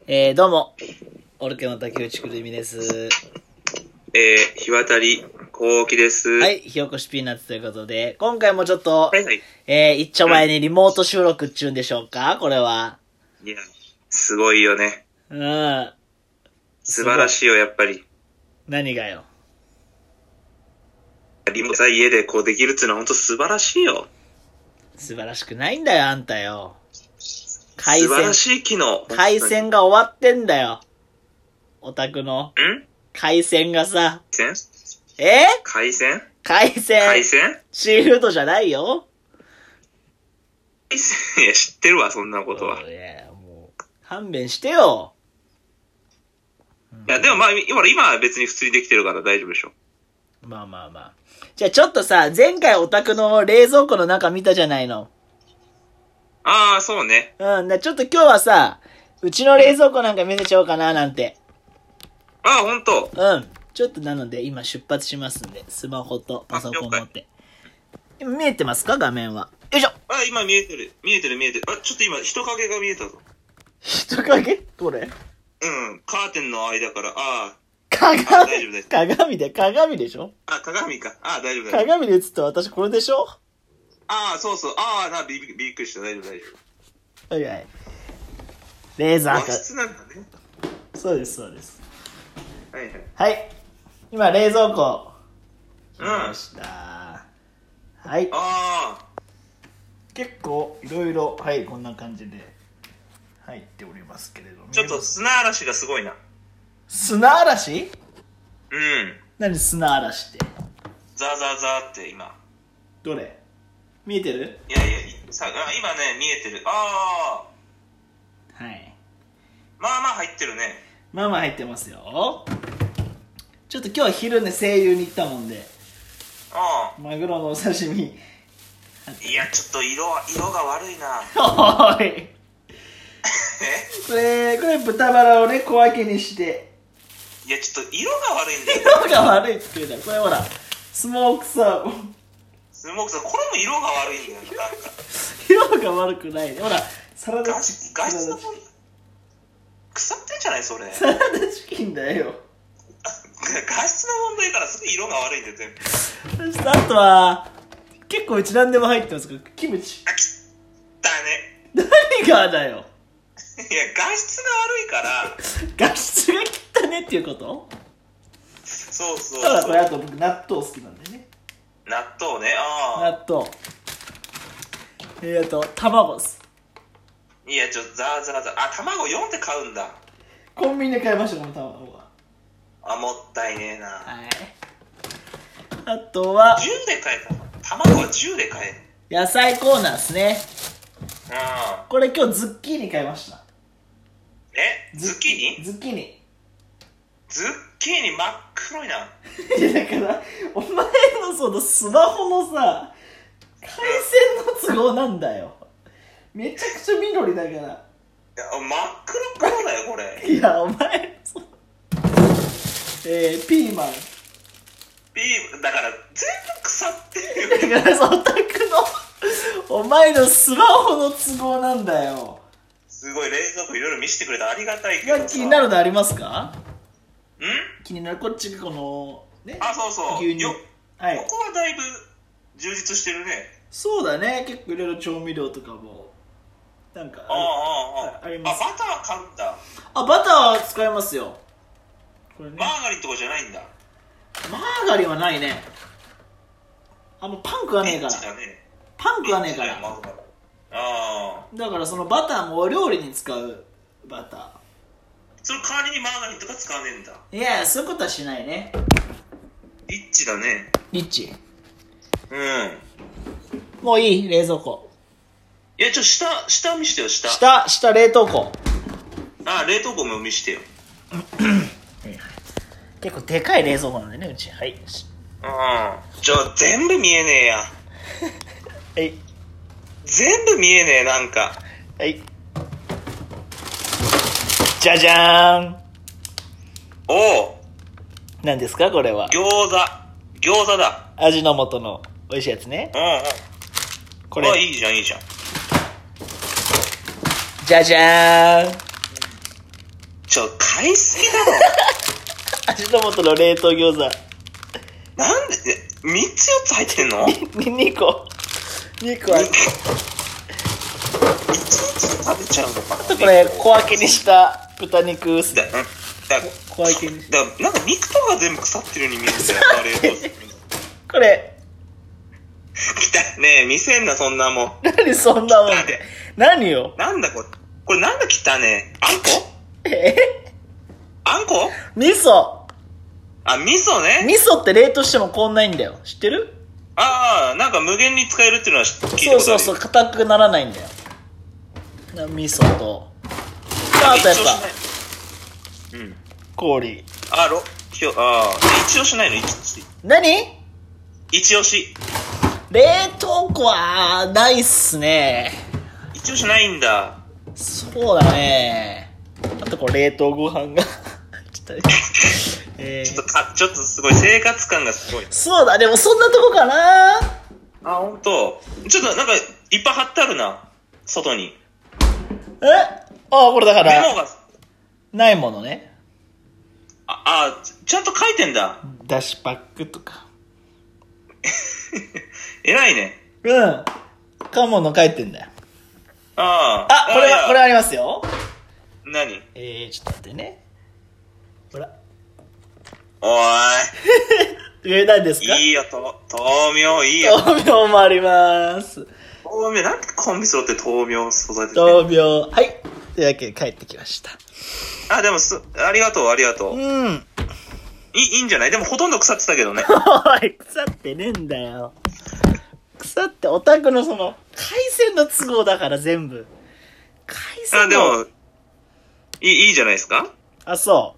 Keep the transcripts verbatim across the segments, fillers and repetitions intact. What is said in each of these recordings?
えー、どうも、オルケの竹内くるみです。 えー、日渡りこうきです。 はい、火起こしピーナッツということで、今回もちょっと、 はいはい。 えー、一丁前にリモート収録っちゅうんでしょうか、これは。 いや、すごいよね。 うん。 素晴らしいよ、やっぱり。 何がよ。 リモートさ、家でこうできるっていうのは本当素晴らしいよ。 素晴らしくないんだよ、あんたよ。 回線。素晴らしい機能。 回線が終わってんだよ。オタクの。 ん回線がさ。 線え回線回線。 回線シーフードじゃないよ。 回線いや、知ってるわ、そんなことは。 いや、もう、勘弁してよ。 いや、でもまあ、今、今は別に普通にできてるから大丈夫でしょ。 まあまあまあ。じゃあちょっとさ、前回オタクの冷蔵庫の中見たじゃないの。 ああ、そうね。 うん。でちょっと今日はさ、うちの冷蔵庫なんか見せちゃおうかななんて。 ああ、ほんと。 うん。ちょっとなので今出発しますんで、スマホとパソコン持って。今見えてますか画面は。よいしょ。 あ、今見えてる。見えてる見えてる。あ、ちょっと今人影が見えたぞ。 人影どれ？ うん。カーテンの間から、ああ。 鏡あ大丈夫です。 鏡で、鏡でしょ？ あ、鏡か。あ、大丈夫大丈夫。 鏡で映った私これでしょ？ ああ、そうそう。ああ、な、び、びっくりした。大丈夫大丈夫。 はいはい。レーザー和室なんだね。 そうです、そうです。 はいはい。 はい。今、冷蔵庫。 うん。 来ました。はい。 ああ。 結構、いろいろ、はい、こんな感じで入っておりますけれども。 ちょっと砂嵐がすごいな。 砂嵐？ うん。 何砂嵐って。 ザーザーザーって今。 どれ？見えてる？ いやいや、さ今ね、見えてる。ああ。はい。 まあまあ入ってるね。 まあまあ入ってますよ。ちょっと今日昼ね、声優に行ったもんで。 ああ。 マグロのお刺身。 いや、ちょっと色、色が悪いな。 おい。 えこれ、これ豚バラをね、小分けにして。 いや、ちょっと色が悪いんだよ。 色が悪いって言うじゃん。これほら、スモークサーモン。 スモークさん、これも色が悪いんだよ。なんか。 色が悪くないね。ほら、サラダチキン。画質の問題。腐ってんじゃないそれ。 サラダチキンだよ。 画質の問題からすぐ色が悪いんだよ、全部。 そしてあとは、結構うち何でも入ってますけど、キムチ。 あ、きったね。 何がだよ。 いや、画質が悪いから。 画質が汚ねっていうこと？ そうそうそう。 ただこれあと僕納豆好きなんでね。 納豆ね、ああ。 納豆。えーと、卵っす。 いや、ちょっとザーザーザー。あ、卵よんで買うんだ。 コンビニで買いましたこの卵は。 あ、もったいねえな。 はい。あとは、 じゅうで買えた。卵はじゅうで買え。 野菜コーナーっすね。 ああ。 これ今日ズッキーニ買いました。 えズッキーニズッキーニ。 ズッキーニ真っ黒いな。 いやだから、お前のそのスマホのさ、回線の都合なんだよ。めちゃくちゃ緑だから。いや、 真っ黒黒だよ、これ。 いや、お前、そえー、ピーマン。 ピー、だから全部腐ってるよ。 だから、そのオタクの、お前のスマホの都合なんだよ。 すごい、冷蔵庫いろいろ見せてくれたらありがたいけどさ。 気になるのありますか？ ん気になる、こっちがこの、ね。 あ、そうそう。 牛乳。 よはい。 ここはだいぶ充実してるね。 そうだね。結構いろいろ調味料とかも、なんかああ、ああ、ああります。 あ、バター買うんだ。 あ、バターは使えますよ。これね。 マーガリンとかじゃないんだ。 マーガリンはないね。あ、もうパン食わねえから。 だね、 パン食わねえから。 ああ。 だからそのバターもお料理に使うバター。 その代わりにマーガリンとか使わねえんだ。 いや、そういうことはしないね。 リッチだね。 リッチ。 うん。 もういい冷蔵庫。 いや、ちょ、下、下見してよ、下。 下、下冷凍庫。 あ、冷凍庫も見してよ。 結構でかい冷蔵庫なんでね、うち。はい。うん。 ちょ、全部見えねえや。 はい。 全部見えねえ、なんか。 はい。じゃじゃーん。 おお。 何ですかこれは。 餃子。餃子だ。 味の素の美味しいやつね。 うんうん。 これ。 あ、いいじゃん、いいじゃん。 じゃじゃーん。 ちょ、買いすぎだろ。 味の素の冷凍餃子。 なんで、みっつよっつ入ってんの？ にこ。にこある。 いちにちで食べちゃうのかな。 あとこれ、小分けにした豚肉っすだ、 ね。 だ、 小分けにしだ、なんか肉とか全部腐ってるように見えるんだよな、冷凍してるの。 これ、 来た。ねえ、見せんな、そんなもん。 何そんなもんって。何よ。 なんだこれ。これなんだ汚ねえ。あんこえあんこ味噌。 あ、味噌ね。 味噌って冷凍してもこんないんだよ。知ってる？ ああ、なんか無限に使えるっていうのは聞いたことある。 そうそうそう、硬くならないんだよ。味噌と。あとやっぱ、 うん。 氷。 あ、ろ、ひょ、ああ、一押しないの？一押し。 何？ 一押し。 冷凍庫は、ないっすね。 一押しないんだ。 そうだね。あとこれ冷凍ご飯が。ちょっと、えー、 ちょっとか、ちょっとすごい生活感がすごい。 そうだ、でもそんなとこかな。 あ、ほんと。ちょっとなんか、いっぱい貼ってあるな。外に。 えあ、これだかメら、 モが、 ないものね。 あ、あ、ちゃんと書いてんだ。 だしパックとか。 偉いね。 うん。かもの書いてんだよ。 ああ。 あ、これは、これは。 ありますよ。 何？ えー、ちょっと待ってね。ほら。 おーえ、何ですい。 か？ いいよ、と、豆苗いいよ。 豆苗もあります。 豆苗、なんでコンビソって豆苗素材で。 豆苗。はい。というわけで帰ってきました。 あ、でもす、ありがとう、ありがとう。 うん。 いい、いいんじゃない？でもほとんど腐ってたけどね。 おい、腐ってねえんだよ。腐ってオタクのその、海鮮の都合だから全部。海鮮の。 あ、でも、いい、いいじゃないですか？ あ、そう。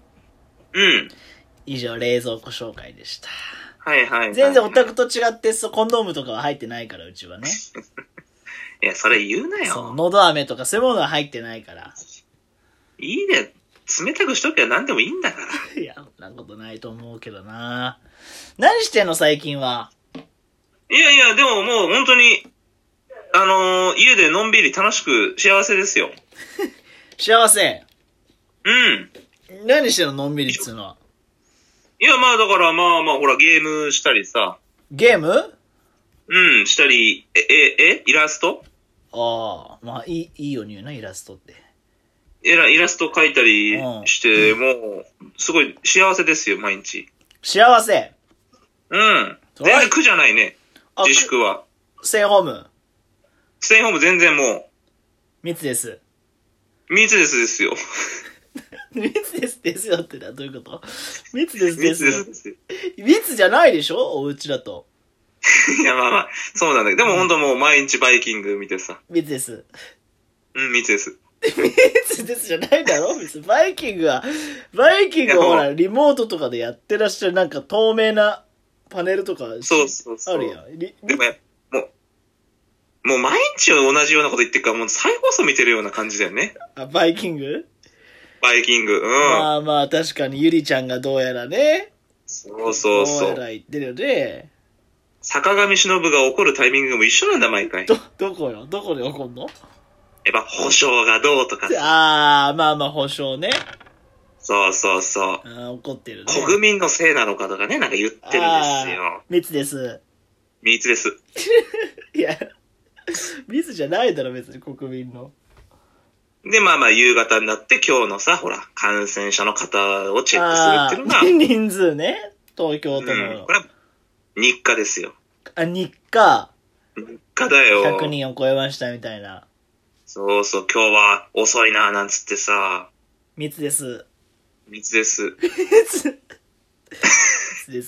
うん。 以上、冷蔵庫紹介でした。 はいはい、はい。 全然オタクと違って、そう、コンドームとかは入ってないから、うちはね。 いや、それ言うなその、 よ。 のど飴とかそういうものは入ってないから。 いいね。冷たくしときゃ何でもいいんだから。 いや、そんなことないと思うけどな。何してんの、最近は。 いやいや、でももう本当に、あのー、家でのんびり楽しく幸せですよ。 幸せ。 うん。 何してんの、のんびりっつうのは。 いや、まあだからまあまあ、ほら、ゲームしたりさ。 ゲーム？ うん、したり、え、え、え、イラストああ、まあ、いい、いいように言うな、イラストって。 イライラスト描いたりして、もう、すごい幸せですよ、毎日。 幸せ。 うん。全然苦じゃないね。自粛は。 ステイホーム。 ステイホーム全然も密です。 う、密ですですよ。 密ですですよってのはどういうこと？密ですで密すよ。 ですですよ。 密じゃないでしょ？お家だと。 いや、まあまあ、そうなんだけど、でも本当もう毎日バイキング見てさ。 密です。 うん、密です。 密ですじゃないだろ？別にバイキングは、バイキングはほら、リモートとかでやってらっしゃるなんか透明なパネルとかそうそうそう。 あるやん。リでもや、もう、もう毎日同じようなこと言ってるから、もう再放送見てるような感じだよね。 あ、バイキング？ バイキング、うん。 まあまあ、確かにゆりちゃんがどうやらね。 そうそうどうやらそう。 言ってるよね。 坂上忍が怒るタイミングも一緒なんだ、毎回。 ど、どこよ？どこで怒んの？ やっぱ保証がどうとかさ。 ああ、まあまあ、保証ね。 そうそうそう。 あ怒ってるね。 国民のせいなのかとかね、なんか言ってるんですよ。 密です。 密です。 いや、密じゃないだろ、別に国民の。 で、まあまあ、夕方になって今日のさ、ほら、感染者の方をチェックするっていうのが。 人数ね。東京都の。 うん、これは日課ですよ。 あ、日課。 日課だよ。 ひゃくにんを超えましたみたいな。 そうそう、今日は遅いな、なんつってさ。 密です。 密です。 密です。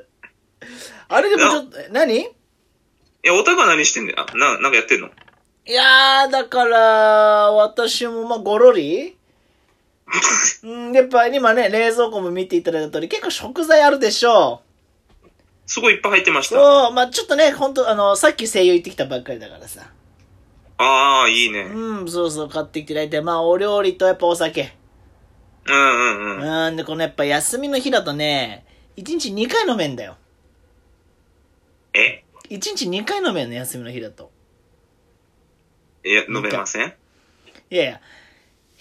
あれでもちょっと、何？いや、おたか何してんだよ。あ、な、なんかやってんの？ いやー、だから、私もまあ、ごろりうん、やっぱ今ね、冷蔵庫も見ていただいた通り、結構食材あるでしょう。 すごいいっぱい入ってました。 そう、まあちょっとね、ほんと、あの、さっき声優行ってきたばっかりだからさ。 ああ、いいね。 うん、そうそう、買ってきて大体、まあお料理とやっぱお酒。 うんうんうん。 うん、で、このやっぱ休みの日だとね、いちにちにかい飲めんだよ。 え？ いちにちにかい飲めんの、休みの日だと。 いや、飲めません？ いやいや、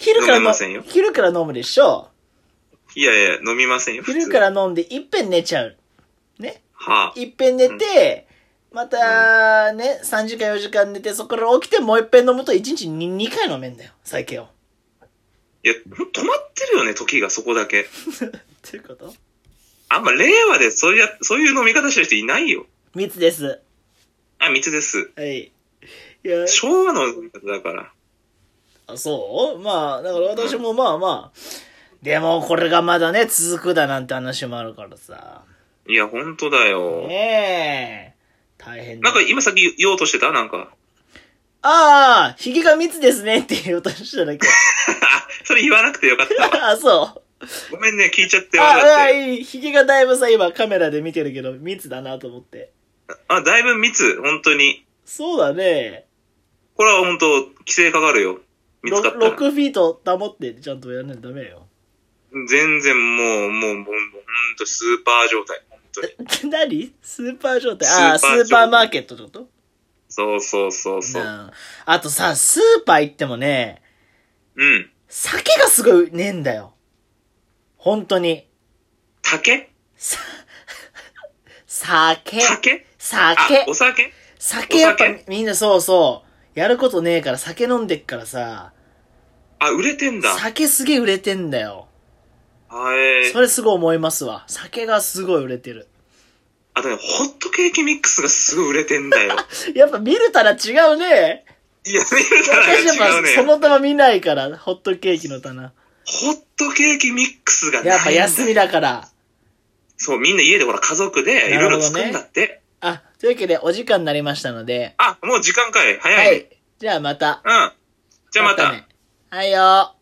昼からの飲めませんよ。 昼から飲むでしょ。 いやいや、飲みませんよ。普通昼から飲んでいっぺん寝ちゃう。ね。 はあ。 いっぺん寝て、またね、さんじかんよじかん寝て、そこから起きてもういっぺん飲むといちにちににかい飲めんだよ、酒を。 いや、止まってるよね、時がそこだけ。 っていうこと？ あんま令和でそういうや、そういう飲み方してる人いないよ。 密です。 あ、密です。 はい。いや、 昭和の飲み方だから。 あ、そうまあ、だから私もまあまあ、でもこれがまだね、続くだなんて話もあるからさ。 いや、ほんとだよ。 ねえ。大変だ。 なんか今さっき言おうとしてたなんか。 ああ、髭が密ですねって言おうとしただけ。 それ言わなくてよかったわ。 あ、そう。 ごめんね、聞いちゃってあ、 わかあ、 って。 いい。髭がだいぶさ、今カメラで見てるけど、密だなと思って。 あ、だいぶ密、本当に。 そうだね。 これは本当規制かかるよ。見つかったら。 ろくフィート保ってちゃんとやらないとダメよ。 全然もう、もう、もう、ほんとスーパー状態。本当に。 何スーパー状態。ああ、ススーパー状態ーパーマーケットってことそうそうそうそう。 うんあとさ、スーパー行ってもね、 うん。 酒がすごいねえんだよ。本当に。 竹さ、酒。 酒酒あ、。お酒酒やっぱお酒みんなそうそう。やることねえから酒飲んでっからさ。 あ、売れてんだ。 酒すげえ売れてんだよ。 はい。 それすごい思いますわ。酒がすごい売れてる。 あとね、ホットケーキミックスがすごい売れてんだよ。 やっぱ見るたら違うね。 いや、見るから私やっぱが違うね。 その棚見ないから、ホットケーキの棚。 ホットケーキミックスがないんだやっぱ休みだから。 そう、みんな家でほら家族でいろいろ作るんだって。 あ、というわけでお時間になりましたので。 あ、もう時間かい早い。 はい。じゃあまた。 うん。じゃあまた。 ねはいよ。